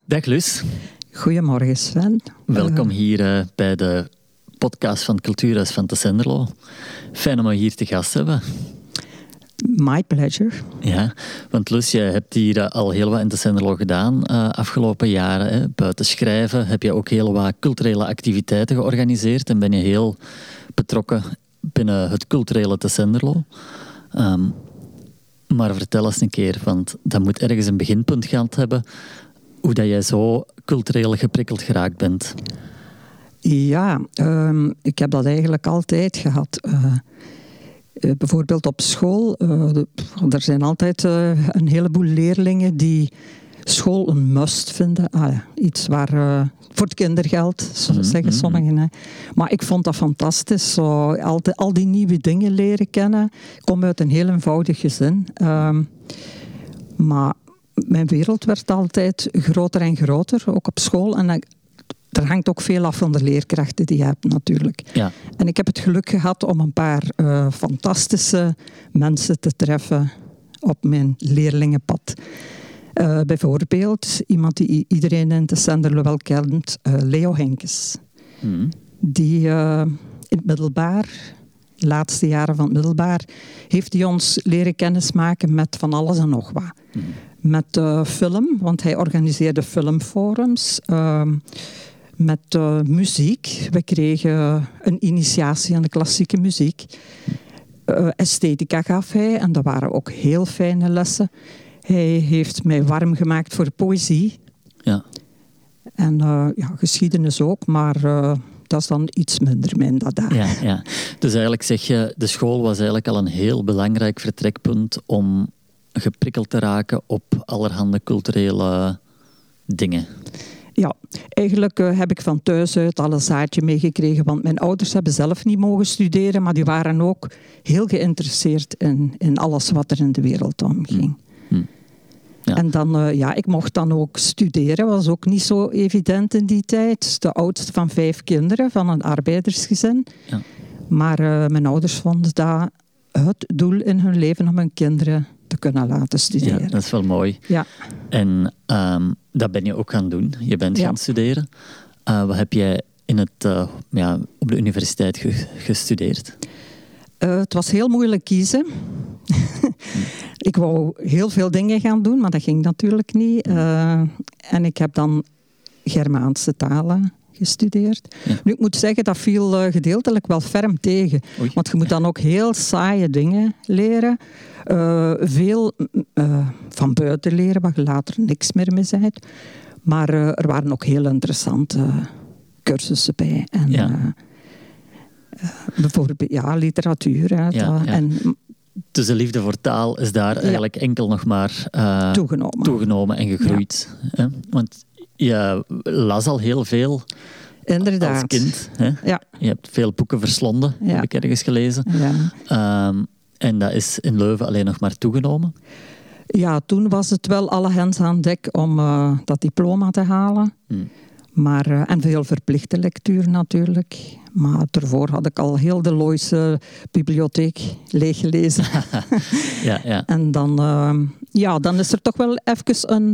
Dag Luus. Goedemorgen Sven. Welkom hier bij de podcast van het Cultuurhuis van Tessenderlo. Fijn om je hier te gast te hebben. My pleasure. Ja, want Luus, je hebt hier al heel wat in Tessenderlo gedaan afgelopen jaren. Hè. Buiten schrijven heb je ook heel wat culturele activiteiten georganiseerd en ben je heel betrokken binnen het culturele Tessenderlo. Maar vertel eens een keer, want dat moet ergens een beginpunt gehad hebben, hoe dat jij zo cultureel geprikkeld geraakt bent. Ja, ik heb dat eigenlijk altijd gehad. Bijvoorbeeld op school, er zijn altijd een heleboel leerlingen die school een must vinden. Iets waar voor het kindergeld, zeggen sommigen. Hè. Maar ik vond dat fantastisch. Zo, al die nieuwe dingen leren kennen. Ik kom uit een heel eenvoudig gezin. Maar mijn wereld werd altijd groter en groter, ook op school. En er hangt ook veel af van de leerkrachten die je hebt natuurlijk. Ja. En ik heb het geluk gehad om een paar fantastische mensen te treffen op mijn leerlingenpad. Bijvoorbeeld iemand die iedereen in Tessenderlo wel kent, Leo Henkes. Die in het middelbaar, de laatste jaren van het middelbaar, heeft hij ons leren kennismaken met van alles en nog wat. Met film, want hij organiseerde filmforums. Met muziek. We kregen een initiatie aan de klassieke muziek. Esthetica gaf hij en dat waren ook heel fijne lessen. Hij heeft mij warm gemaakt voor poëzie. Ja. En geschiedenis ook, maar dat is dan iets minder mijn dada. Ja. Dus eigenlijk zeg je, de school was eigenlijk al een heel belangrijk vertrekpunt om geprikkeld te raken op allerhande culturele dingen. Ja, eigenlijk heb ik van thuis uit al een zaadje meegekregen, want mijn ouders hebben zelf niet mogen studeren, maar die waren ook heel geïnteresseerd in alles wat er in de wereld omging. Ja. En dan, ik mocht dan ook studeren, was ook niet zo evident in die tijd. De oudste van 5 kinderen, van een arbeidersgezin. Ja. Maar mijn ouders vonden dat het doel in hun leven om hun kinderen te kunnen laten studeren. Ja, dat is wel mooi. Ja. En dat ben je ook gaan doen. Je bent gaan studeren. Wat heb jij op de universiteit gestudeerd? Het was heel moeilijk kiezen. Ik wou heel veel dingen gaan doen, maar dat ging natuurlijk niet. En ik heb dan Germaanse talen gestudeerd. Ja. Nu, ik moet zeggen, dat viel gedeeltelijk wel ferm tegen. Oei. Want je moet dan ook heel saaie dingen leren. Veel van buiten leren, waar je later niks meer mee bent. Maar er waren ook heel interessante cursussen bij. En, bijvoorbeeld literatuur. Hè, En, dus de liefde voor taal is daar eigenlijk enkel nog maar toegenomen en gegroeid. Ja. Hè? Want je las al heel veel. Inderdaad. Als kind. Hè? Ja. Je hebt veel boeken verslonden, heb ik ergens gelezen. Ja. En dat is in Leuven alleen nog maar toegenomen? Ja, toen was het wel alle hens aan dek om dat diploma te halen. Maar, en veel verplichte lectuur natuurlijk. Maar daarvoor had ik al heel de Looise bibliotheek leeggelezen. Ja. En dan is er toch wel even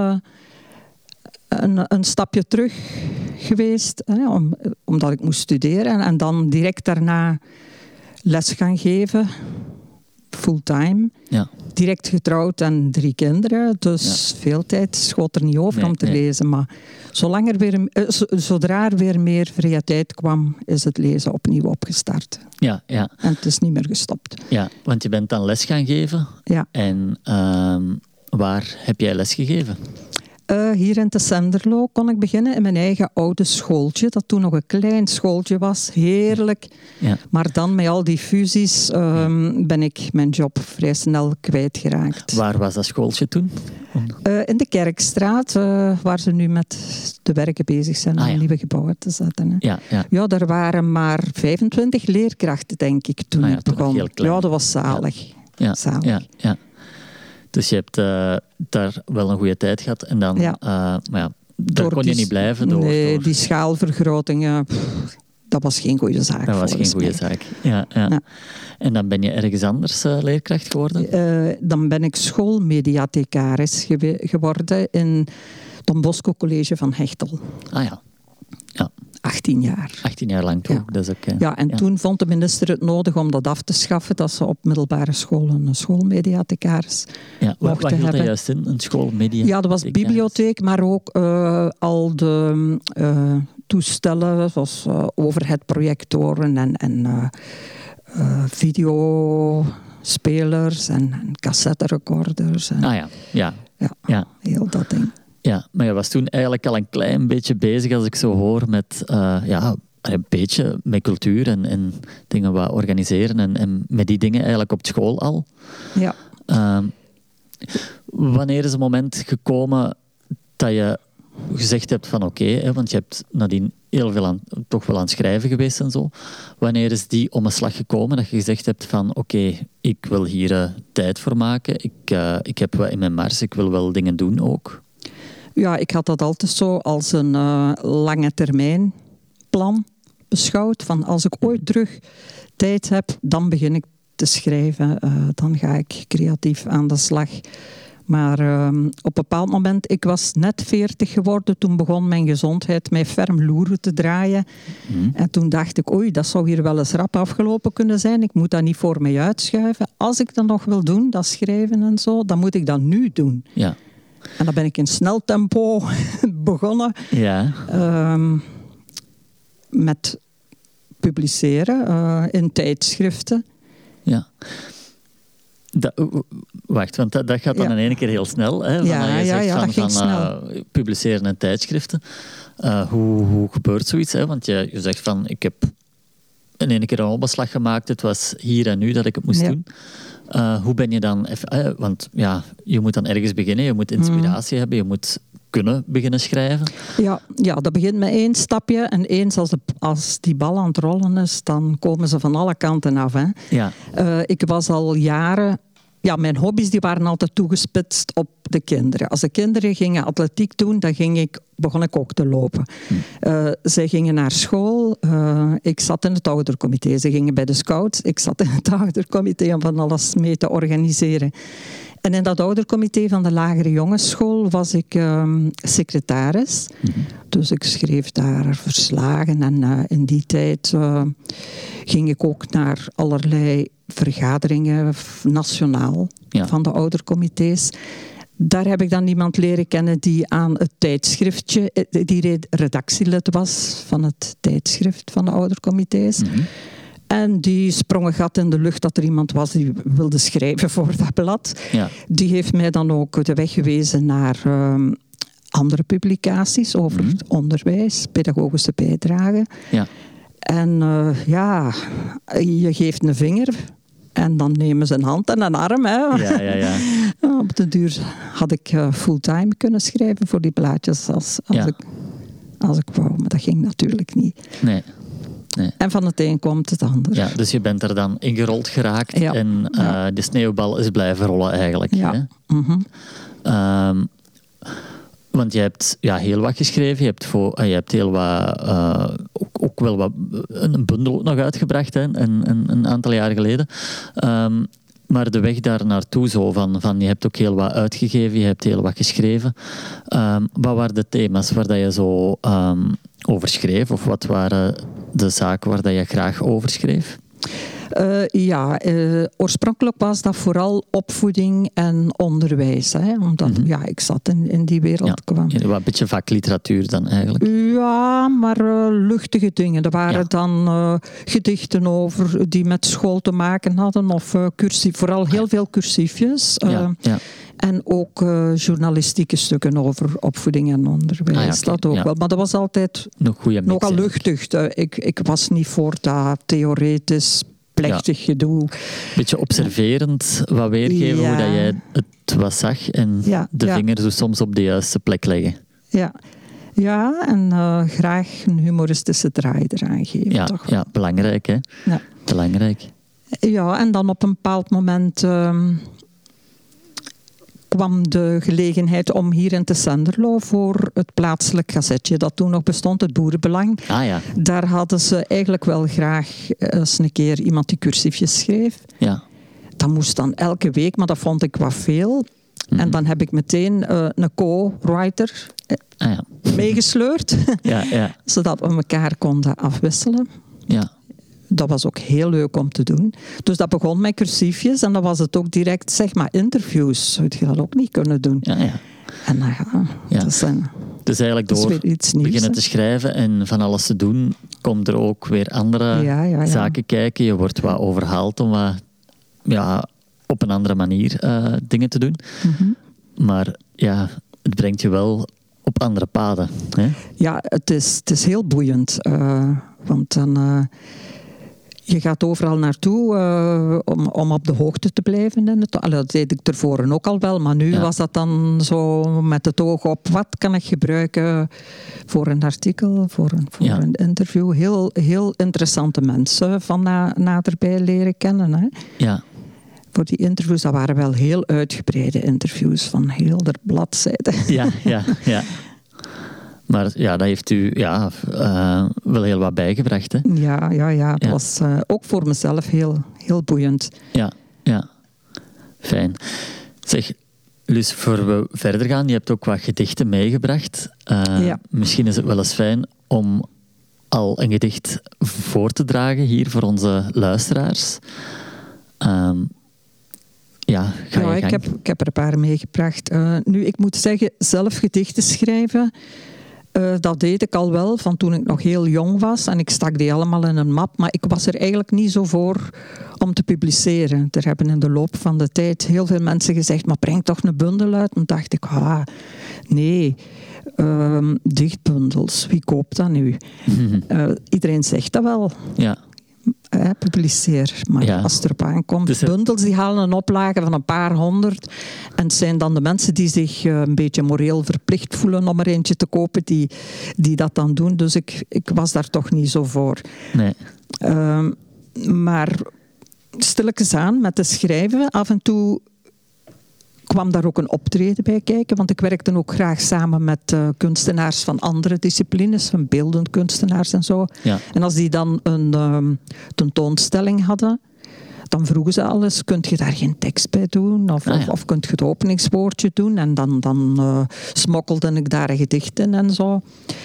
een stapje terug geweest. Omdat ik moest studeren. En dan direct daarna les gaan geven. Fulltime. Ja. Direct getrouwd en 3 kinderen. Dus veel tijd schoot er niet over om te lezen. Maar zodra er weer meer vrije tijd kwam, is het lezen opnieuw opgestart. Ja. En het is niet meer gestopt. Ja, want je bent dan les gaan geven. Ja. En waar heb jij les gegeven? Hier in Tessenderlo kon ik beginnen in mijn eigen oude schooltje, dat toen nog een klein schooltje was. Heerlijk. Ja. Maar dan met al die fusies ben ik mijn job vrij snel kwijtgeraakt. Waar was dat schooltje toen? In de Kerkstraat, waar ze nu met de werken bezig zijn om nieuwe gebouwen te zetten. Hè. Ja, daar waren maar 25 leerkrachten, denk ik, toen ik begon. Ja, dat was zalig. Ja. Zalig. Ja. Dus je hebt daar wel een goede tijd gehad. En dan, daar kon je niet blijven door. Nee, die schaalvergrotingen, dat was geen goede zaak. Dat was geen goede zaak. Ja. En dan ben je ergens anders leerkracht geworden? Dan ben ik schoolmediathecaris geworden in Don Bosco College van Hechtel. Ah ja. 18 jaar. 18 jaar lang toch? Ja. Dat is ook, Ja, en toen vond de minister het nodig om dat af te schaffen, dat ze op middelbare scholen een schoolmediathecaris Wat hield dat juist in? Een schoolmedia? Ja, dat was bibliotheek, maar ook al de toestellen, zoals overhead-projectoren en videospelers en cassetterecorders. Ja, heel dat ding. Ja, maar je was toen eigenlijk al een klein beetje bezig, als ik zo hoor, met een beetje met cultuur en dingen wat organiseren en met die dingen eigenlijk op school al. Ja. Wanneer is het moment gekomen dat je gezegd hebt van oké, want je hebt nadien heel veel toch wel aan het schrijven geweest en zo. Wanneer is die om een slag gekomen dat je gezegd hebt van oké, ik wil hier tijd voor maken, ik heb wat in mijn mars, ik wil wel dingen doen ook? Ja, ik had dat altijd zo als een lange termijn plan beschouwd. Van als ik ooit terug tijd heb, dan begin ik te schrijven. Dan ga ik creatief aan de slag. Maar op een bepaald moment, ik was net 40 geworden. Toen begon mijn gezondheid mij ferm loeren te draaien. En toen dacht ik, oei, dat zou hier wel eens rap afgelopen kunnen zijn. Ik moet dat niet voor mij uitschuiven. Als ik dat nog wil doen, dat schrijven en zo, dan moet ik dat nu doen. Ja. En dan ben ik in snel tempo begonnen met publiceren in tijdschriften. Ja. Wacht, want dat gaat dan in één keer heel snel. Hè? Dat ging snel. Publiceren in tijdschriften. Hoe gebeurt zoiets? Hè? Want je zegt van, ik heb in één keer een omslag gemaakt. Het was hier en nu dat ik het moest doen. Hoe ben je dan... want je moet dan ergens beginnen. Je moet inspiratie hebben. Je moet kunnen beginnen schrijven. Ja, dat begint met 1 stapje. En eens als die bal aan het rollen is, dan komen ze van alle kanten af. Hè. Ja. Ik was al jaren... Ja, mijn hobby's die waren altijd toegespitst op de kinderen. Als de kinderen gingen atletiek doen, dan begon ik ook te lopen. Zij gingen naar school. Ik zat in het oudercomité. Ze gingen bij de scouts. Ik zat in het oudercomité om van alles mee te organiseren. En in dat oudercomité van de lagere jongensschool was ik secretaris. Dus ik schreef daar verslagen. En in die tijd ging ik ook naar allerlei vergaderingen nationaal van de oudercomité's. Daar heb ik dan iemand leren kennen die aan het tijdschriftje, die redactielid was van het tijdschrift van de oudercomité's. En die sprong een gat in de lucht dat er iemand was die wilde schrijven voor dat blad. Ja. Die heeft mij dan ook de weg gewezen naar andere publicaties over het onderwijs, pedagogische bijdrage. Ja. En je geeft een vinger en dan nemen ze een hand en een arm. Hè. Ja. Op de duur had ik fulltime kunnen schrijven voor die blaadjes als ik wou, maar dat ging natuurlijk niet. Nee. En van het een komt het ander. Ja, dus je bent er dan ingerold geraakt en de sneeuwbal is blijven rollen eigenlijk. Ja. Hè? Want je hebt heel wat geschreven. Je hebt heel wat, ook wel wat, een bundel nog uitgebracht een aantal jaar geleden. Maar de weg daar naartoe zo van je hebt ook heel wat uitgegeven, je hebt heel wat geschreven. Wat waren de thema's waar dat je zo over schreef? Of wat waren de zaken waar dat je graag over schreef? Oorspronkelijk was dat vooral opvoeding en onderwijs. Hè, omdat ik zat in die wereld. Kwam. Een beetje vakliteratuur dan eigenlijk? Ja, maar luchtige dingen. Er waren dan gedichten over die met school te maken hadden. Of vooral heel veel cursiefjes. En ook journalistieke stukken over opvoeding en onderwijs. Dat ook wel. Maar dat was altijd nogal luchtig. Ik was niet voor dat theoretisch plechtig gedoe. Beetje observerend, wat weergeven hoe dat jij het wat zag en de vinger zo soms op de juiste plek leggen. Ja, en graag een humoristische draai eraan geven. Toch? Ja, belangrijk hè. Ja. Belangrijk. Ja, en dan op een bepaald moment kwam de gelegenheid om hier in Tessenderlo voor het plaatselijk gazetje dat toen nog bestond, het Boerenbelang. Daar hadden ze eigenlijk wel graag eens een keer iemand die cursiefjes schreef. Ja. Dat moest dan elke week, maar dat vond ik wat veel. En dan heb ik meteen een co-writer meegesleurd. Ja. Zodat we elkaar konden afwisselen. Ja. Dat was ook heel leuk om te doen. Dus dat begon met cursiefjes. En dan was het ook direct, zeg maar, interviews. Zou je dat ook niet kunnen doen. Ja. En dus eigenlijk door beginnen te schrijven en van alles te doen, komt er ook weer andere zaken kijken. Je wordt wat overhaald om op een andere manier dingen te doen. Mm-hmm. Maar ja, het brengt je wel op andere paden. Hè? Ja, het is heel boeiend. Want dan... je gaat overal naartoe om op de hoogte te blijven. Dat deed ik tevoren ook al wel. Maar nu was dat dan zo met het oog op wat kan ik gebruiken voor een artikel, voor een interview. Heel, heel interessante mensen van naderbij leren kennen. Hè. Ja. Voor die interviews, dat waren wel heel uitgebreide interviews van heel de bladzijden. Ja. Maar ja, dat heeft u wel heel wat bijgebracht. Hè? Ja. Het was ook voor mezelf heel, heel boeiend. Ja. Fijn. Zeg, Luus, voor we verder gaan, je hebt ook wat gedichten meegebracht. Misschien is het wel eens fijn om al een gedicht voor te dragen hier voor onze luisteraars. Ga je gang. Ik heb er een paar meegebracht. Nu, ik moet zeggen, zelf gedichten schrijven... dat deed ik al wel van toen ik nog heel jong was. En ik stak die allemaal in een map. Maar ik was er eigenlijk niet zo voor om te publiceren. Er hebben in de loop van de tijd heel veel mensen gezegd... maar breng toch een bundel uit. En dacht ik, nee... dichtbundels, wie koopt dat nu? Iedereen zegt dat wel. Ja. Publiceer. Maar als het erop aankomt... Dus bundels die halen een oplage van een paar honderd. En het zijn dan de mensen die zich een beetje moreel verplicht voelen om er eentje te kopen, die dat dan doen. Dus ik was daar toch niet zo voor. Nee. Maar stilletjes aan met te schrijven, af en toe kwam daar ook een optreden bij kijken, want ik werkte ook graag samen met kunstenaars van andere disciplines, van beeldend kunstenaars en zo. Ja. En als die dan een tentoonstelling hadden, dan vroegen ze alles, kunt je daar geen tekst bij doen? Of kunt je het openingswoordje doen? En dan smokkelde ik daar een gedicht in en zo.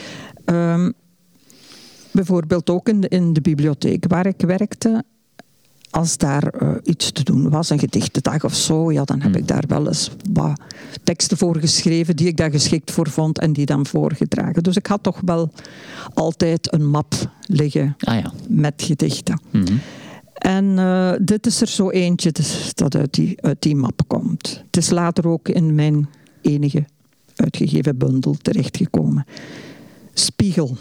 Bijvoorbeeld ook in de bibliotheek waar ik werkte, als daar iets te doen was, een gedichtendag of zo, dan heb ik daar wel eens wat teksten voor geschreven die ik daar geschikt voor vond en die dan voorgedragen. Dus ik had toch wel altijd een map liggen met gedichten. Mm-hmm. En dit is er zo eentje dat uit die map komt. Het is later ook in mijn enige uitgegeven bundel terechtgekomen. Spiegel.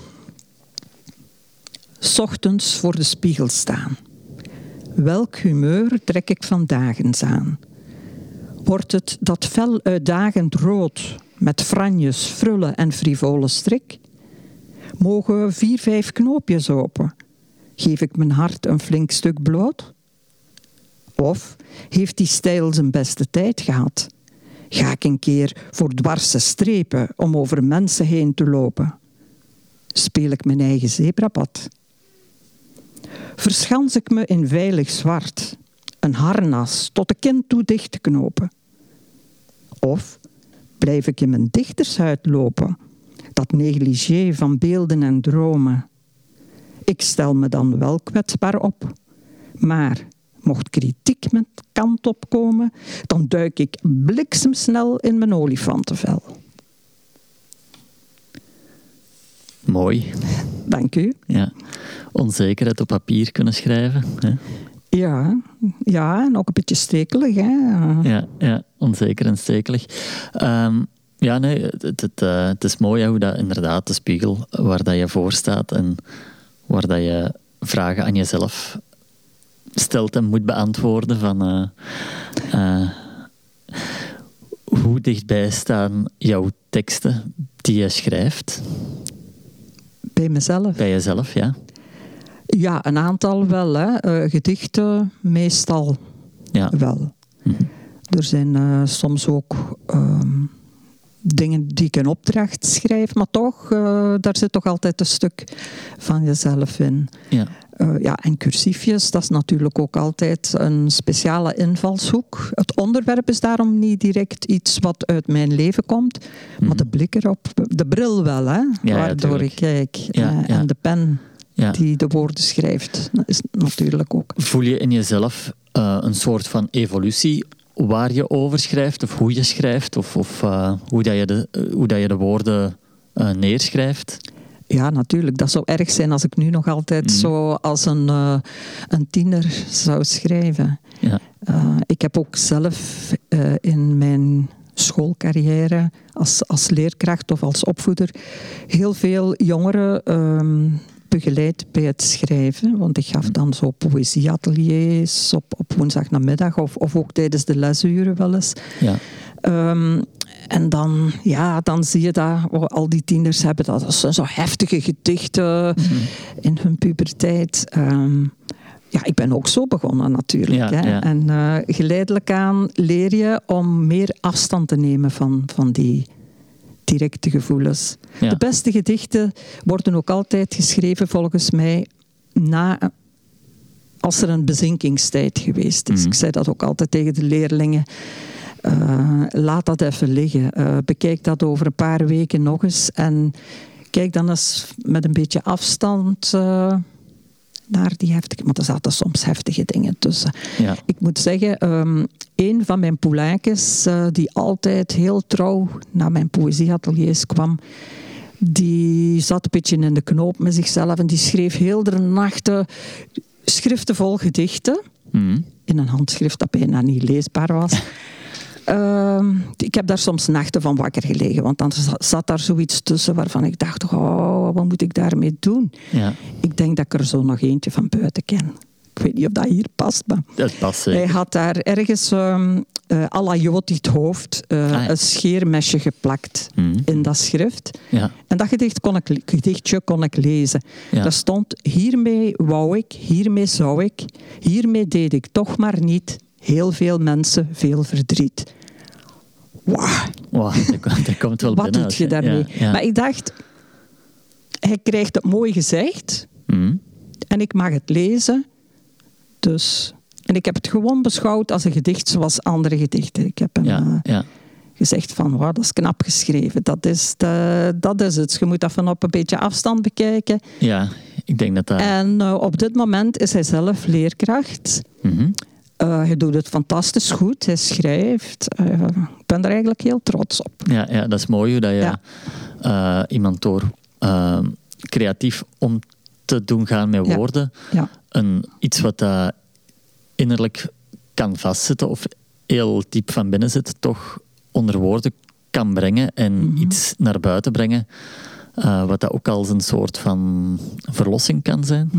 's Ochtends voor de spiegel staan. Welk humeur trek ik vandaag eens aan? Wordt het dat fel uitdagend rood met franjes, frullen en frivole strik? Mogen 4-5 knoopjes open? Geef ik mijn hart een flink stuk bloot? Of heeft die stijl zijn beste tijd gehad? Ga ik een keer voor dwarse strepen om over mensen heen te lopen? Speel ik mijn eigen zebrapad? Verschans ik me in veilig zwart, een harnas tot de kin toe dicht te knopen? Of blijf ik in mijn dichtershuid lopen, dat negligé van beelden en dromen? Ik stel me dan wel kwetsbaar op, maar mocht kritiek met kant opkomen, dan duik ik bliksemsnel in mijn olifantenvel. Mooi. Dank u. Ja. Onzekerheid op papier kunnen schrijven. Hè? Ja, en ook een beetje stekelig. Hè? Ja, onzeker en stekelig. Het is mooi hoe dat inderdaad de spiegel waar dat je voor staat en waar dat je vragen aan jezelf stelt en moet beantwoorden van hoe dichtbij staan jouw teksten die je schrijft? Bij mezelf? Bij jezelf, ja. Ja, een aantal wel. Hè. Gedichten meestal wel. Mm-hmm. Er zijn soms ook dingen die ik in opdracht schrijf, maar toch, daar zit toch altijd een stuk van jezelf in. Ja. En cursiefjes, dat is natuurlijk ook altijd een speciale invalshoek. Het onderwerp is daarom niet direct iets wat uit mijn leven komt, maar de blik erop, de bril wel, hè, waardoor ik kijk. En de pen die de woorden schrijft, is natuurlijk ook. Voel je in jezelf een soort van evolutie waar je over schrijft, of hoe je schrijft, of hoe dat je de woorden neerschrijft? Ja, natuurlijk. Dat zou erg zijn als ik nu nog altijd zo als een tiener zou schrijven. Ja. Ik heb ook zelf in mijn schoolcarrière als leerkracht of als opvoeder heel veel jongeren begeleid bij het schrijven. Want ik gaf dan zo poëzieateliers op woensdagnamiddag of ook tijdens de lesuren wel eens. Ja. En dan zie je dat al die tieners hebben dat zijn zo heftige gedichten in hun puberteit. Ik ben ook zo begonnen natuurlijk. Ja, hè. Ja. En geleidelijk aan leer je om meer afstand te nemen van die directe gevoelens. Ja. De beste gedichten worden ook altijd geschreven volgens mij als er een bezinkingstijd geweest is. Ik zei dat ook altijd tegen de leerlingen. Laat dat even liggen. Bekijk dat over een paar weken nog eens. En kijk dan eens met een beetje afstand naar die heftige... Want er zaten soms heftige dingen tussen. Ja. Ik moet zeggen, een van mijn poulainjes, die altijd heel trouw naar mijn poëzieateliers kwam, die zat een beetje in de knoop met zichzelf en die schreef heel de nachten schriften vol gedichten. In een handschrift dat bijna niet leesbaar was. Ik heb daar soms nachten van wakker gelegen, want dan zat daar zoiets tussen waarvan ik dacht, wat moet ik daarmee doen? Ja. Ik denk dat ik er zo nog eentje van buiten ken. Ik weet niet of dat hier past, maar dat past zeker. Hij had daar ergens à la Joti het hoofd een scheermesje geplakt in dat schrift. Ja. En dat gedichtje kon ik lezen. Ja. Daar stond, hiermee wou ik, hiermee zou ik, hiermee deed ik toch maar niet, heel veel mensen veel verdriet. Wow, dat komt wel wat binnen. Wat doe je daarmee? Ja. Maar ik dacht, hij krijgt het mooi gezegd en ik mag het lezen. Dus, en ik heb het gewoon beschouwd als een gedicht zoals andere gedichten. Ik heb hem gezegd van, dat is knap geschreven. Dat is het. Je moet dat van op een beetje afstand bekijken. Ja, ik denk dat dat... En op dit moment is hij zelf leerkracht. Hij doet het fantastisch goed. Hij schrijft. Ik ben er eigenlijk heel trots op. Ja, dat is mooi hoe dat je iemand door creatief om te doen gaan met woorden. Ja. Iets wat dat innerlijk kan vastzitten of heel diep van binnen zit, toch onder woorden kan brengen en iets naar buiten brengen. Wat dat ook als een soort van verlossing kan zijn.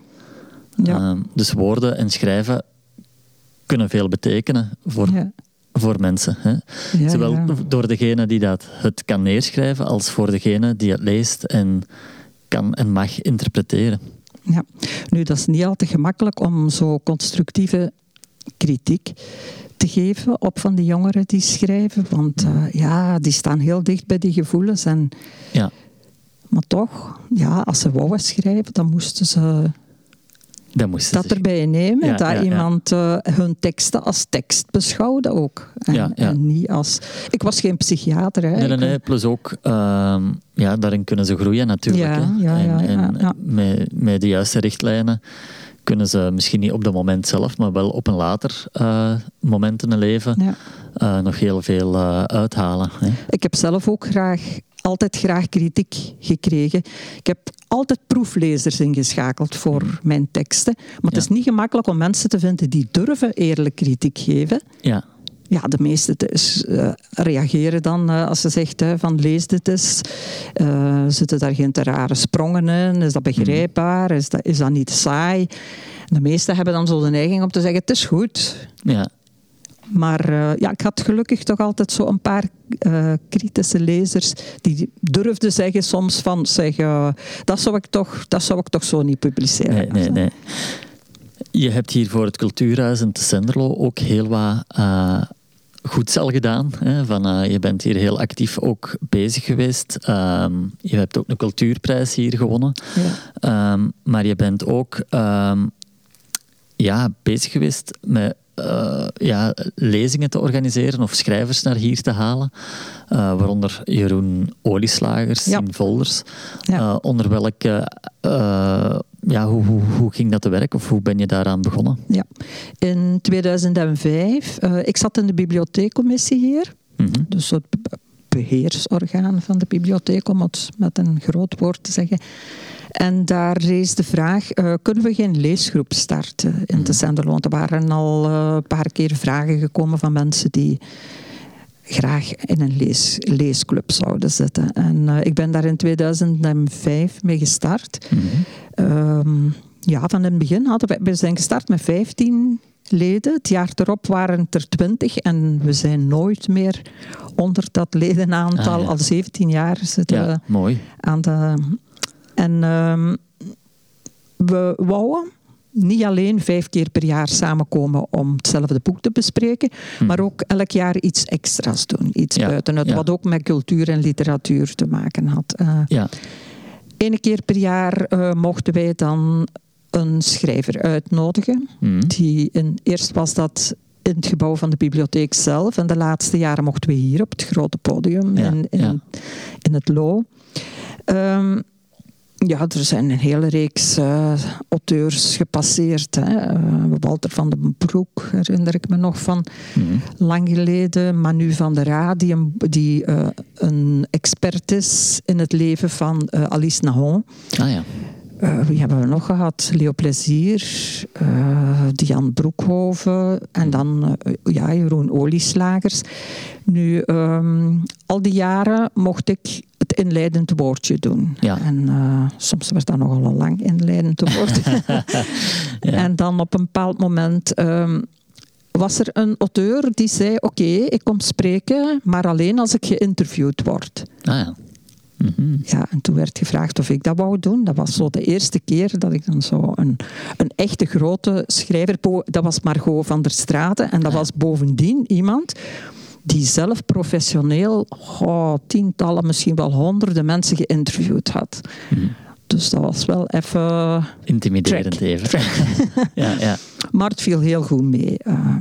Ja. Dus woorden en schrijven kunnen veel betekenen voor mensen. Hè? Ja, zowel door degene die het kan neerschrijven, als voor degene die het leest en kan en mag interpreteren. Ja, nu dat is niet altijd gemakkelijk om zo constructieve kritiek te geven op van die jongeren die schrijven, want die staan heel dicht bij die gevoelens. Maar toch, als ze wouden schrijven, dan moesten ze dat erbij nemen, dat iemand hun teksten als tekst beschouwde ook. En niet als... Ik was geen psychiater. Hè. Nee, plus ook, daarin kunnen ze groeien natuurlijk. Met de juiste richtlijnen kunnen ze misschien niet op het moment zelf, maar wel op een later moment in hun leven nog heel veel uithalen. Hè. Ik heb zelf ook altijd graag kritiek gekregen. Ik heb altijd proeflezers ingeschakeld voor mijn teksten. Maar het is niet gemakkelijk om mensen te vinden die durven eerlijk kritiek geven. Ja, de meesten reageren dan als ze zegt van lees dit eens. Zitten daar geen te rare sprongen in? Is dat begrijpbaar? Is dat niet saai? De meesten hebben dan zo de neiging om te zeggen het is goed. Ja. Maar ik had gelukkig toch altijd zo een paar kritische lezers die durfden zeggen soms van dat zou ik toch zo niet publiceren. Nee. Je hebt hier voor het Cultuurhuis in Tessenderlo ook heel wat goeds al gedaan. Hè? Je bent hier heel actief ook bezig geweest. Je hebt ook een cultuurprijs hier gewonnen. Ja. Maar je bent ook bezig geweest met lezingen te organiseren of schrijvers naar hier te halen. Waaronder Jeroen Olieslagers in Volders. Ja. Onder welke... hoe ging dat te werk of hoe ben je daaraan begonnen? Ja, in 2005. Ik zat in de bibliotheekcommissie hier. Mm-hmm. Dus het beheersorgaan van de bibliotheek, om het met een groot woord te zeggen. En daar rees de vraag, kunnen we geen leesgroep starten in de Zenderlo? Er waren al een paar keer vragen gekomen van mensen die graag in een leesclub zouden zitten. En ik ben daar in 2005 mee gestart. Mm-hmm. Van in het begin we zijn gestart met 15 leden. Het jaar erop waren het er 20 en we zijn nooit meer onder dat ledenaantal. Al 17 jaar zitten we aan de... En we wouden niet alleen 5 keer per jaar samenkomen om hetzelfde boek te bespreken, maar ook elk jaar iets extra's doen. Iets buiten het, wat ook met cultuur en literatuur te maken had. 1 keer per jaar mochten wij dan een schrijver uitnodigen. Eerst was dat in het gebouw van de bibliotheek zelf. En de laatste jaren mochten we hier op het grote podium in het Loo. Er zijn een hele reeks auteurs gepasseerd. Hè. Walter van den Broek herinner ik me nog van lang geleden. Manu van der Raa, die een expert is in het leven van Alice Nahon. Wie hebben we nog gehad? Leo Plezier, Diane Broekhoven en dan Jeroen Olieslagers. Nu, al die jaren mocht ik het inleidend woordje doen. Ja. En soms werd dat nogal een lang inleidend woord. En dan op een bepaald moment was er een auteur die zei, oké, ik kom spreken, maar alleen als ik geïnterviewd word. Mm-hmm. Ja, en toen werd gevraagd of ik dat wou doen. Dat was zo de eerste keer dat ik dan zo een echte grote schrijver... Dat was Margot van der Straten. En dat was bovendien iemand die zelf professioneel tientallen, misschien wel honderden mensen geïnterviewd had. Mm-hmm. Dus dat was wel even... Intimiderend even. Ja. Maar het viel heel goed mee.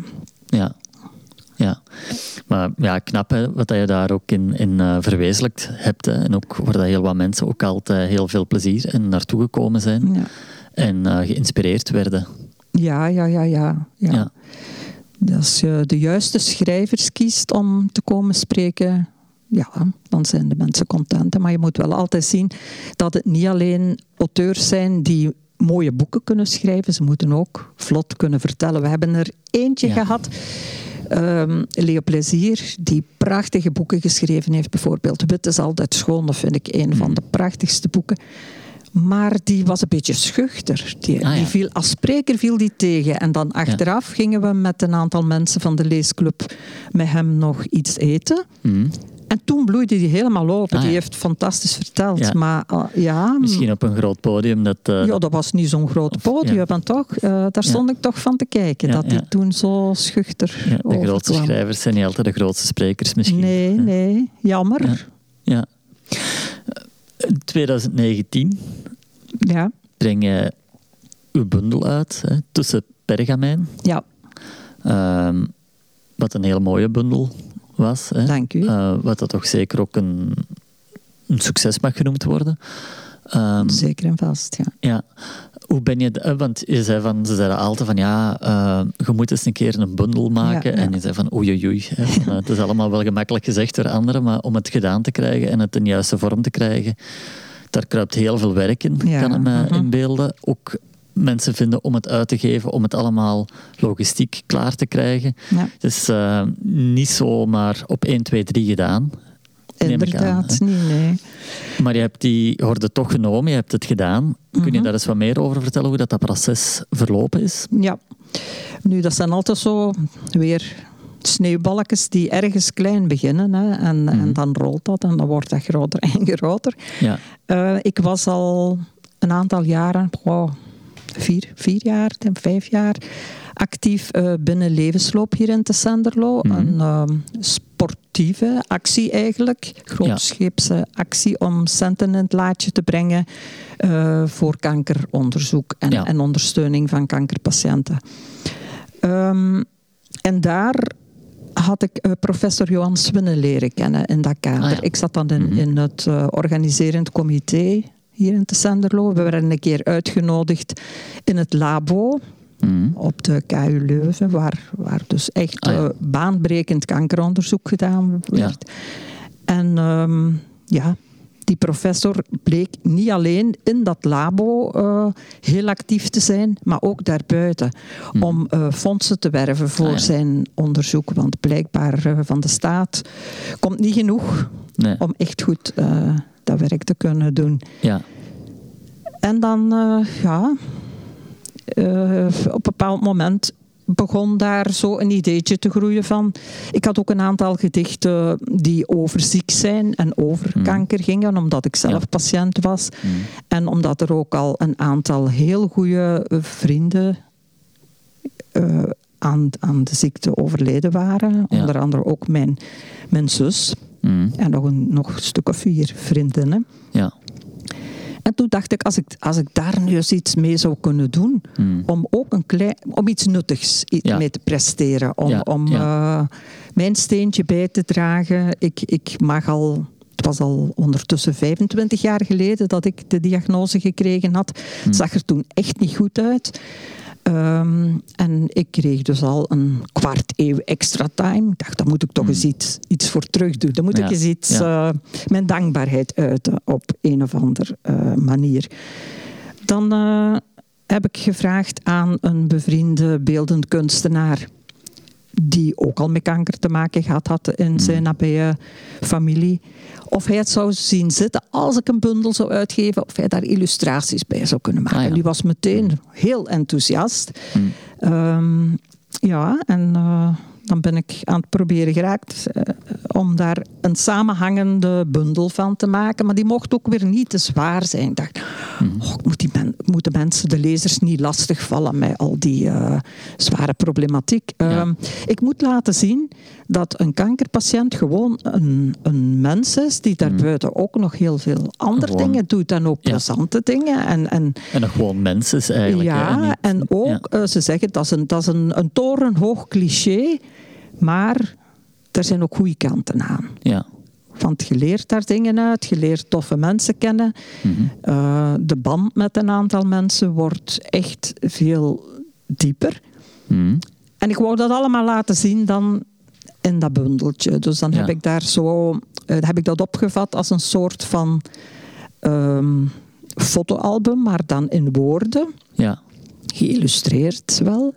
Maar knap hè, wat je daar ook in verwezenlijkt hebt. Hè, en ook waar dat heel wat mensen ook altijd heel veel plezier en naartoe gekomen zijn. Ja. En geïnspireerd werden. Ja. Als je de juiste schrijvers kiest om te komen spreken, dan zijn de mensen content. Maar je moet wel altijd zien dat het niet alleen auteurs zijn die mooie boeken kunnen schrijven. Ze moeten ook vlot kunnen vertellen. We hebben er eentje gehad... Leo Plezier, die prachtige boeken geschreven heeft. Bijvoorbeeld Wit is altijd schoon, dat vind ik een van de prachtigste boeken. Maar die was een beetje schuchter. Die viel, als spreker viel die tegen. En dan achteraf gingen we met een aantal mensen van de leesclub met hem nog iets eten. En toen bloeide die helemaal open. Die heeft fantastisch verteld. Ja. Maar misschien op een groot podium. Dat was niet zo'n groot podium. Maar toch, daar stond ik toch van te kijken. Dat die toen zo schuchter de grootste schrijvers zijn niet altijd de grootste sprekers misschien. Nee. Jammer. Ja. 2019 breng je uw bundel uit. Hè, Tussen Pergamijn. Ja. Wat een heel mooie bundel was. Hè? Dank u. Wat dat toch zeker ook een succes mag genoemd worden. Zeker en vast, ja. Hoe ben je... Want je zei van... Ze zeiden altijd van je moet eens een keer een bundel maken. En je zei van oei. Het is allemaal wel gemakkelijk gezegd door anderen, maar om het gedaan te krijgen en het in de juiste vorm te krijgen, daar kruipt heel veel werk in, kan ik me inbeelden. Ook mensen vinden om het uit te geven, om het allemaal logistiek klaar te krijgen. Ja. Het is niet zomaar op 1, 2, 3 gedaan. Inderdaad, nee. Maar je hebt die horde toch genomen, je hebt het gedaan. Kun je daar eens wat meer over vertellen, hoe dat proces verlopen is? Ja, nu dat zijn altijd zo weer sneeuwballetjes die ergens klein beginnen. Hè, en dan rolt dat en dan wordt dat groter en groter. Ja. Ik was al een aantal jaren, 4 jaar, 5 jaar actief binnen Levensloop hier in Tessenderlo. Een sportieve actie eigenlijk, grootscheepse actie om centen in het laadje te brengen voor kankeronderzoek en ondersteuning van kankerpatiënten. En daar had ik professor Johan Swinne leren kennen in dat kader. Ik zat dan in het organiserend comité hier in Tessenderlo. We werden een keer uitgenodigd in het labo op de KU Leuven, waar dus echt baanbrekend kankeronderzoek gedaan werd. En die professor bleek niet alleen in dat labo heel actief te zijn, maar ook daarbuiten. Om fondsen te werven voor zijn onderzoek. Want blijkbaar van de staat komt niet genoeg om echt goed dat werk te kunnen doen. Ja. En dan, op een bepaald moment begon daar zo een ideetje te groeien van. Ik had ook een aantal gedichten die over ziek zijn en over kanker gingen, omdat ik zelf patiënt was. En omdat er ook al een aantal heel goede vrienden aan de ziekte overleden waren. Onder andere ook mijn zus. En nog een stuk of 4 vriendinnen. Ja. En toen dacht ik, als ik daar nu eens iets mee zou kunnen doen, om ook om iets nuttigs mee te presteren, om mijn steentje bij te dragen. Ik mag al, het was al ondertussen 25 jaar geleden dat ik de diagnose gekregen had. Het zag er toen echt niet goed uit. En ik kreeg dus al een kwart eeuw extra time. Ik dacht, daar moet ik toch eens iets voor terug doen. Dan moet ik eens iets, mijn dankbaarheid uiten op een of andere manier. Dan heb ik gevraagd aan een bevriende beeldend kunstenaar, die ook al met kanker te maken gehad had in zijn nabije familie, of hij het zou zien zitten als ik een bundel zou uitgeven, of hij daar illustraties bij zou kunnen maken. En die was meteen heel enthousiast. Dan ben ik aan het proberen geraakt om daar een samenhangende bundel van te maken. Maar die mocht ook weer niet te zwaar zijn. Ik dacht, ik moet de mensen, de lezers, niet lastigvallen met al die zware problematiek. Ik moet laten zien dat een kankerpatiënt gewoon een mens is die daarbuiten ook nog heel veel andere dingen doet en ook plezante dingen. En nog gewoon mens is eigenlijk. Ja, en ook, ze zeggen, dat is een torenhoog cliché, maar er zijn ook goede kanten aan. Ja. Want je leert daar dingen uit, je leert toffe mensen kennen. De band met een aantal mensen wordt echt veel dieper. En ik wou dat allemaal laten zien dan in dat bundeltje. Dus dan heb ik daar heb ik dat opgevat als een soort van fotoalbum, maar dan in woorden. Ja. Geïllustreerd wel.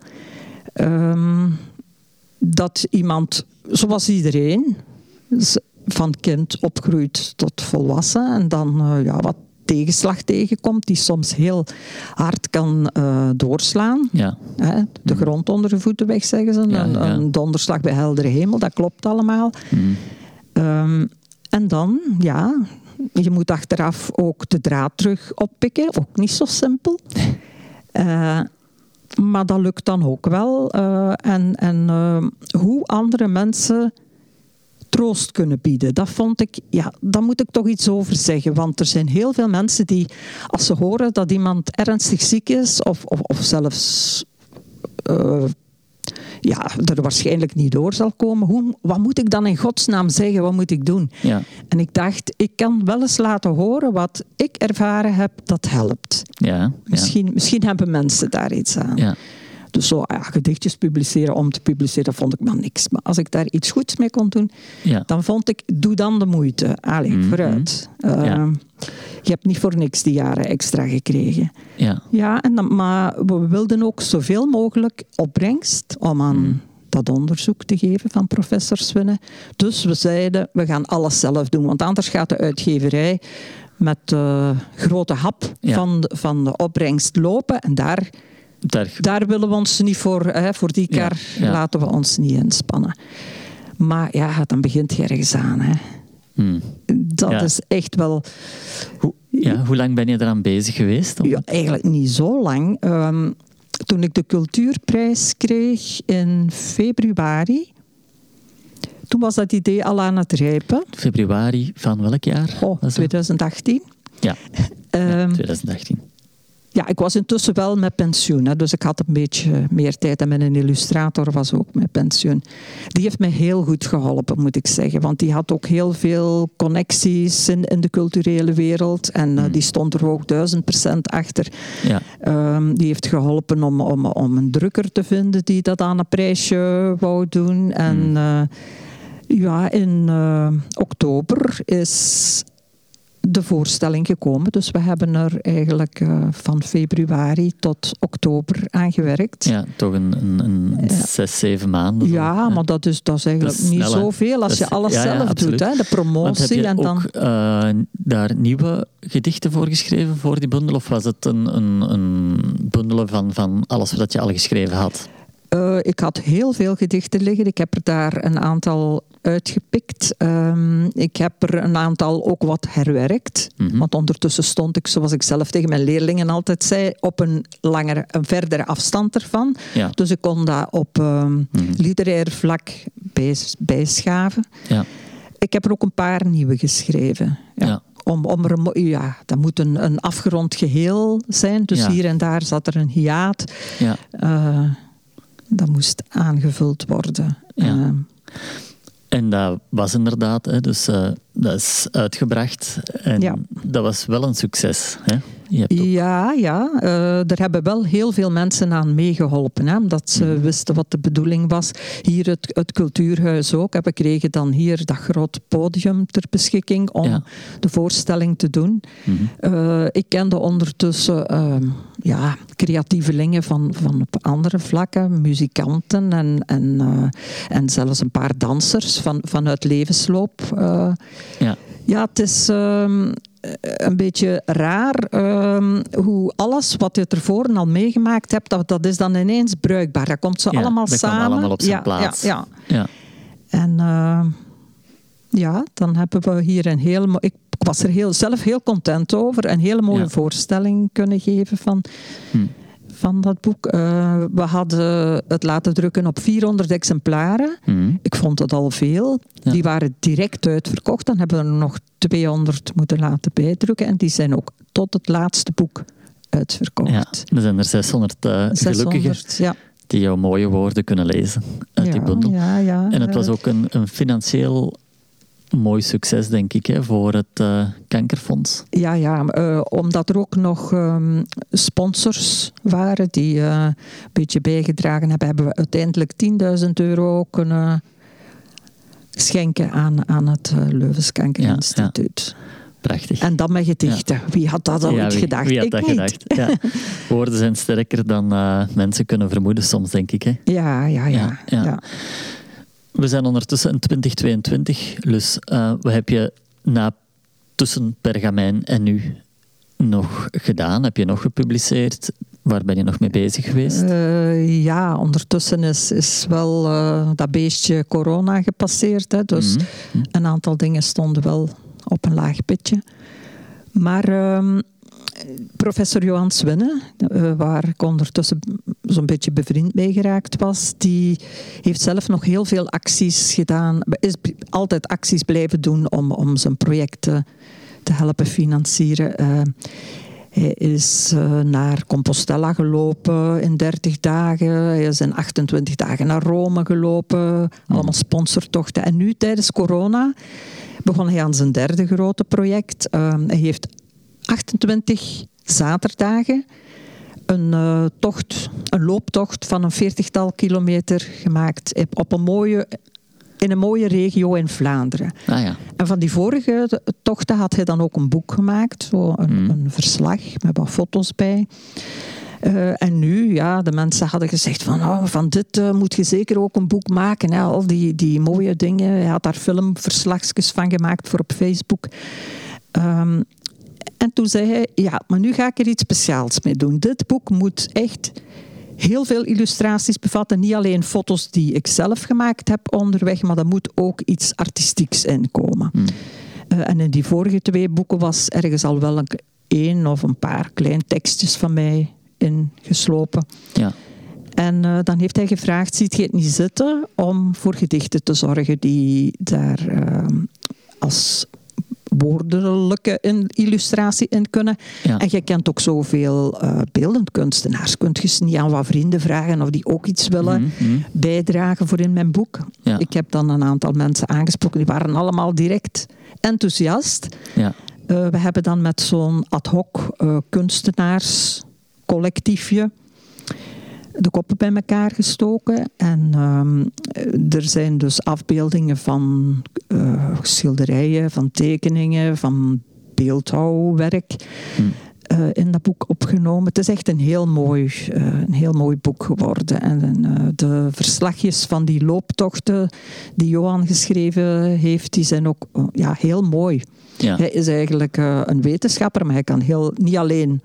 Dat iemand, zoals iedereen, van kind opgroeit tot volwassen en dan wat tegenslag tegenkomt, die soms heel hard kan doorslaan. Ja. De grond onder de voeten weg, zeggen ze. Een donderslag bij heldere hemel, dat klopt allemaal. En dan, je moet achteraf ook de draad terug oppikken. Ook niet zo simpel. Maar dat lukt dan ook wel. Hoe andere mensen troost kunnen bieden, dat vond ik, daar moet ik toch iets over zeggen. Want er zijn heel veel mensen die, als ze horen dat iemand ernstig ziek is, of zelfs er waarschijnlijk niet door zal komen. Wat moet ik dan in godsnaam zeggen? Wat moet ik doen? Ja. En ik dacht, ik kan wel eens laten horen wat ik ervaren heb, dat helpt. Ja. Misschien hebben mensen daar iets aan. Ja. Dus gedichtjes publiceren om te publiceren, dat vond ik maar niks. Maar als ik daar iets goeds mee kon doen, dan vond ik, doe dan de moeite. Vooruit. Je hebt niet voor niks die jaren extra gekregen. Maar we wilden ook zoveel mogelijk opbrengst om aan dat onderzoek te geven van professor Swinne. Dus we zeiden, we gaan alles zelf doen. Want anders gaat de uitgeverij met de grote hap van de opbrengst lopen. En daar willen we ons niet voor die kar laten we ons niet inspannen. Maar dan begint je ergens aan. Hè. Dat is echt wel... Hoe lang ben je eraan bezig geweest? Ja, eigenlijk niet zo lang. Toen ik de Cultuurprijs kreeg in februari, toen was dat idee al aan het rijpen. Februari van welk jaar? 2018. Ja, 2018. Ja, ik was intussen wel met pensioen, hè, dus ik had een beetje meer tijd. En mijn illustrator was ook met pensioen. Die heeft mij heel goed geholpen, moet ik zeggen. Want die had ook heel veel connecties in de culturele wereld. En die stond er ook 1000% achter. Ja. Die heeft geholpen om een drukker te vinden die dat aan een prijsje wou doen. En in oktober is de voorstelling gekomen. Dus we hebben er eigenlijk van februari tot oktober aan gewerkt. Ja, toch een 6-7 maanden. Ja, maar dat is eigenlijk niet zoveel als je alles zelf doet. Hè? De promotie. Want heb je ook daar nieuwe gedichten voor geschreven voor die bundel? Of was het een bundel van alles wat je al geschreven had? Ik had heel veel gedichten liggen. Ik heb er daar een aantal uitgepikt. Ik heb er een aantal ook wat herwerkt. Want ondertussen stond ik, zoals ik zelf tegen mijn leerlingen altijd zei, op een verdere afstand ervan. Ja. Dus ik kon dat op literair vlak bijschaven. Ja. Ik heb er ook een paar nieuwe geschreven. Ja. Ja. Dat moet een afgerond geheel zijn. Dus hier en daar zat er een hiaat. Ja. Dat moest aangevuld worden. Ja. En dat was inderdaad, hè, dus dat is uitgebracht. En dat was wel een succes. Hè? Daar hebben wel heel veel mensen aan meegeholpen. Hè, omdat ze wisten wat de bedoeling was. Hier het cultuurhuis ook. We kregen dan hier dat groot podium ter beschikking om de voorstelling te doen. Ik kende ondertussen creatievelingen van op andere vlakken. Muzikanten en zelfs een paar dansers vanuit Levensloop. Ja, het is een beetje raar hoe alles wat je ervoor al meegemaakt hebt, dat is dan ineens bruikbaar. Dat komt zo allemaal dat samen. Dat allemaal op zijn plaats. Ja. En dan hebben we hier een heel... Ik was er zelf heel content over. Een hele mooie voorstelling kunnen geven van dat boek. We hadden het laten drukken op 400 exemplaren. Ik vond het al veel. Ja. Die waren direct uitverkocht. Dan hebben we er nog 200 moeten laten bijdrukken. En die zijn ook tot het laatste boek uitverkocht. Ja, er zijn er 600 gelukkigen die jouw mooie woorden kunnen lezen uit die bundel. Ja, en het was ook een financieel mooi succes, denk ik, voor het kankerfonds. Omdat er ook nog sponsors waren die een beetje bijgedragen hebben, hebben we uiteindelijk €10.000 kunnen schenken aan het Leuvens Kankerinstituut. Prachtig. En dan met gedichten. Wie had dat ooit gedacht? Wie had dat gedacht? Ja. Woorden zijn sterker dan mensen kunnen vermoeden soms, denk ik. Hè? Ja. We zijn ondertussen in 2022, dus wat heb je tussen Pergamijn en nu nog gedaan? Heb je nog gepubliceerd? Waar ben je nog mee bezig geweest? Ondertussen is wel dat beestje corona gepasseerd. Hè, dus een aantal dingen stonden wel op een laag pitje. Maar professor Johan Swinnen, waar ik ondertussen zo'n beetje bevriend mee geraakt was, die heeft zelf nog heel veel acties gedaan, is altijd acties blijven doen om zijn projecten te helpen financieren. Hij is naar Compostela gelopen in 30 dagen. Hij is in 28 dagen naar Rome gelopen. Allemaal sponsortochten. En nu, tijdens corona, begon hij aan zijn derde grote project. Hij heeft 28 zaterdagen een looptocht van een 40-tal kilometer gemaakt in een mooie regio in Vlaanderen. En van die vorige tochten had hij dan ook een boek gemaakt, een verslag met wat foto's bij. En nu, de mensen hadden gezegd van dit moet je zeker ook een boek maken. Hè? Al die mooie dingen. Hij had daar filmverslagjes van gemaakt voor op Facebook. En toen zei hij, maar nu ga ik er iets speciaals mee doen. Dit boek moet echt heel veel illustraties bevatten. Niet alleen foto's die ik zelf gemaakt heb onderweg, maar er moet ook iets artistieks in komen. En in die vorige 2 boeken was ergens al wel een of een paar kleine tekstjes van mij ingeslopen. Ja. En dan heeft hij gevraagd, ziet je het niet zitten om voor gedichten te zorgen die daar als woordelijke illustratie in kunnen. Ja. En je kent ook zoveel beeldend kunstenaars. Kunt je niet aan wat vrienden vragen of die ook iets willen bijdragen voor in mijn boek? Ja. Ik heb dan een aantal mensen aangesproken, die waren allemaal direct enthousiast. Ja. We hebben dan met zo'n ad hoc kunstenaarscollectiefje de koppen bij elkaar gestoken. En er zijn dus afbeeldingen van schilderijen, van tekeningen, van beeldhouwwerk in dat boek opgenomen. Het is echt een heel mooi boek geworden. En de verslagjes van die looptochten die Johan geschreven heeft, die zijn ook heel mooi. Ja. Hij is eigenlijk een wetenschapper, maar hij kan niet alleen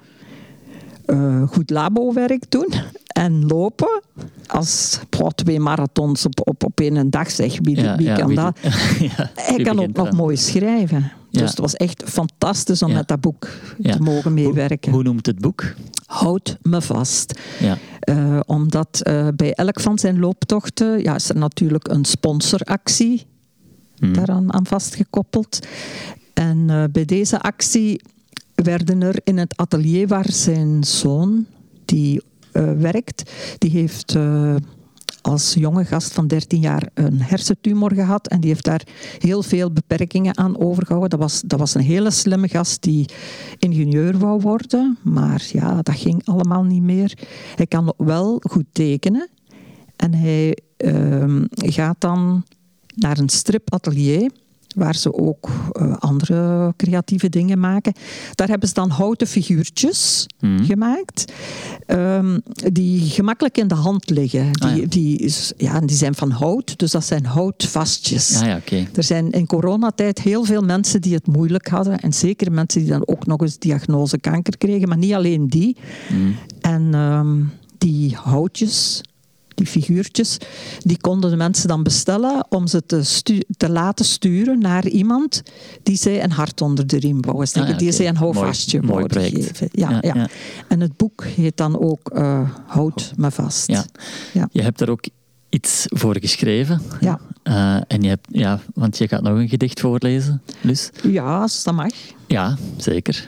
goed labowerk doen en lopen. Als 2 marathons op één dag, zeg. Wie kan dat? Hij kan ook nog mooi schrijven. Ja. Dus het was echt fantastisch om met dat boek te mogen meewerken. Hoe noemt het boek? Houd me vast. Ja. Omdat bij elk van zijn looptochten is er natuurlijk een sponsoractie daaraan vastgekoppeld. En bij deze actie werden er in het atelier waar zijn zoon, die werkt, die heeft als jonge gast van 13 jaar een hersentumor gehad en die heeft daar heel veel beperkingen aan overgehouden. Dat was een hele slimme gast die ingenieur wou worden, maar dat ging allemaal niet meer. Hij kan wel goed tekenen en hij gaat dan naar een stripatelier waar ze ook andere creatieve dingen maken. Daar hebben ze dan houten figuurtjes gemaakt, die gemakkelijk in de hand liggen. Die zijn van hout, dus dat zijn houtvastjes. Okay. Er zijn in coronatijd heel veel mensen die het moeilijk hadden, en zeker mensen die dan ook nog eens diagnose kanker kregen, maar niet alleen die. En die houtjes, die figuurtjes, die konden de mensen dan bestellen om ze te laten sturen naar iemand die zij een hart onder de riem wou steken, die zij een houvastje wou geven. Ja. En het boek heet dan ook Houd me vast. Ja. Je hebt daar ook iets voor geschreven. Ja. En je hebt, want je gaat nog een gedicht voorlezen, Lus? Ja, als dat mag. Ja, zeker.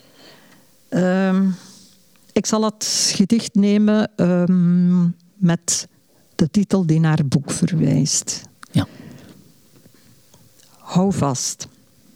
Ik zal het gedicht nemen met de titel die naar het boek verwijst. Ja. Hou vast.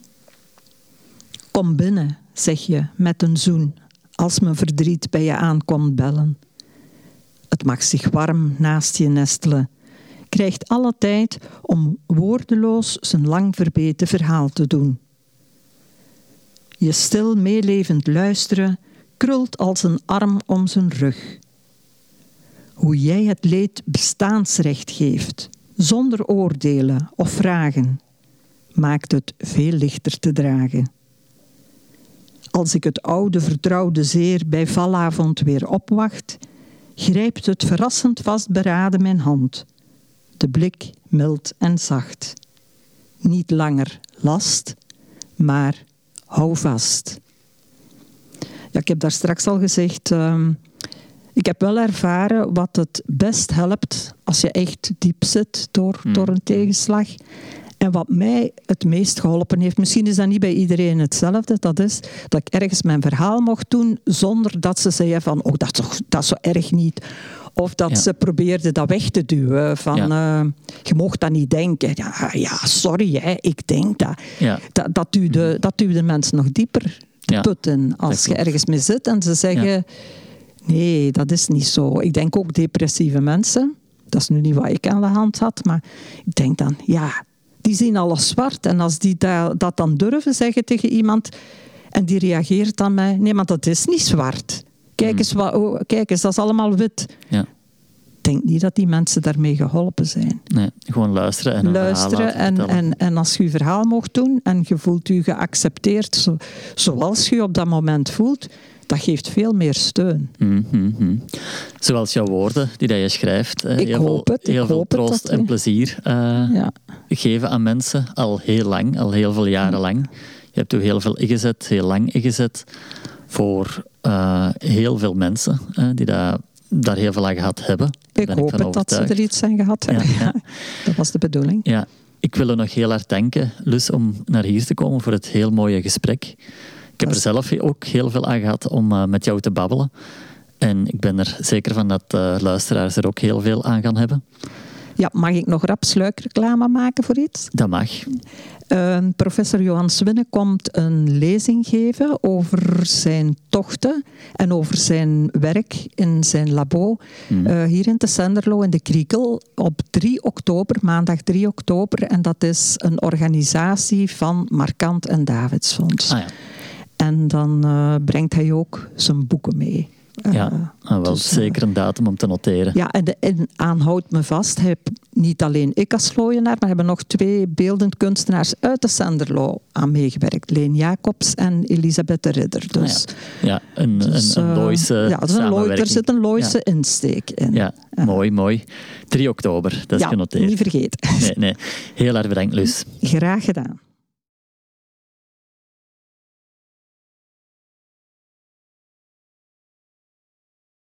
Kom binnen, zeg je met een zoen, als mijn verdriet bij je aankomt bellen. Het mag zich warm naast je nestelen, krijgt alle tijd om woordeloos zijn lang verbeten verhaal te doen. Je stil meelevend luisteren krult als een arm om zijn rug. Hoe jij het leed bestaansrecht geeft, zonder oordelen of vragen, maakt het veel lichter te dragen. Als ik het oude vertrouwde zeer bij valavond weer opwacht, grijpt het verrassend vastberaden mijn hand, de blik mild en zacht. Niet langer last, maar hou vast. Ja, ik heb daar straks al gezegd, ik heb wel ervaren wat het best helpt als je echt diep zit door een tegenslag. En wat mij het meest geholpen heeft, misschien is dat niet bij iedereen hetzelfde, dat is dat ik ergens mijn verhaal mocht doen zonder dat ze zeiden van, oh, dat is zo erg niet. Of dat ze probeerden dat weg te duwen. Van, je mocht dat niet denken. Ja, sorry, ik denk dat. Ja. Dat duwde mensen nog dieper te putten. Als je ergens mee zit en ze zeggen, nee, dat is niet zo. Ik denk ook depressieve mensen. Dat is nu niet wat ik aan de hand had. Maar ik denk dan, die zien alles zwart. En als die dat dan durven zeggen tegen iemand en die reageert dan met, nee, maar dat is niet zwart. Kijk eens, dat is allemaal wit. Ja. Ik denk niet dat die mensen daarmee geholpen zijn. Nee, gewoon luisteren en en als je je verhaal mocht doen en je voelt je geaccepteerd zoals je op dat moment voelt, dat geeft veel meer steun. Zoals jouw woorden die dat je schrijft. Heel veel troost en plezier geven aan mensen. Al heel lang, al heel veel jaren lang. Je hebt ook heel veel ingezet, heel lang ingezet. Voor heel veel mensen die daar heel veel aan gehad hebben. Ik hoop het dat ze er iets aan gehad hebben. Ja. Dat was de bedoeling. Ja. Ik wil je nog heel hard danken, Lus, om naar hier te komen voor het heel mooie gesprek. Ik heb er zelf ook heel veel aan gehad om met jou te babbelen. En ik ben er zeker van dat luisteraars er ook heel veel aan gaan hebben. Ja, mag ik nog rap sluikreclame maken voor iets? Dat mag. Professor Johan Swinne komt een lezing geven over zijn tochten en over zijn werk in zijn labo hier in Tessenderlo in de Kriekel op 3 oktober, maandag 3 oktober. En dat is een organisatie van Markant en Davidsfonds. Ah, ja. En dan brengt hij ook zijn boeken mee. Wel zeker een datum om te noteren. Ja, en aanhoudt me vast. Niet alleen ik als vlooienaar, maar hebben nog 2 beeldend kunstenaars uit Tessenderlo aan meegewerkt. Leen Jacobs en Elisabeth de Ridder. Dus, een Looise samenwerking. Er zit een Looise insteek in. Ja, mooi. 3 oktober, dat is genoteerd. Niet vergeten. Nee. Heel erg bedankt, Lus. Graag gedaan.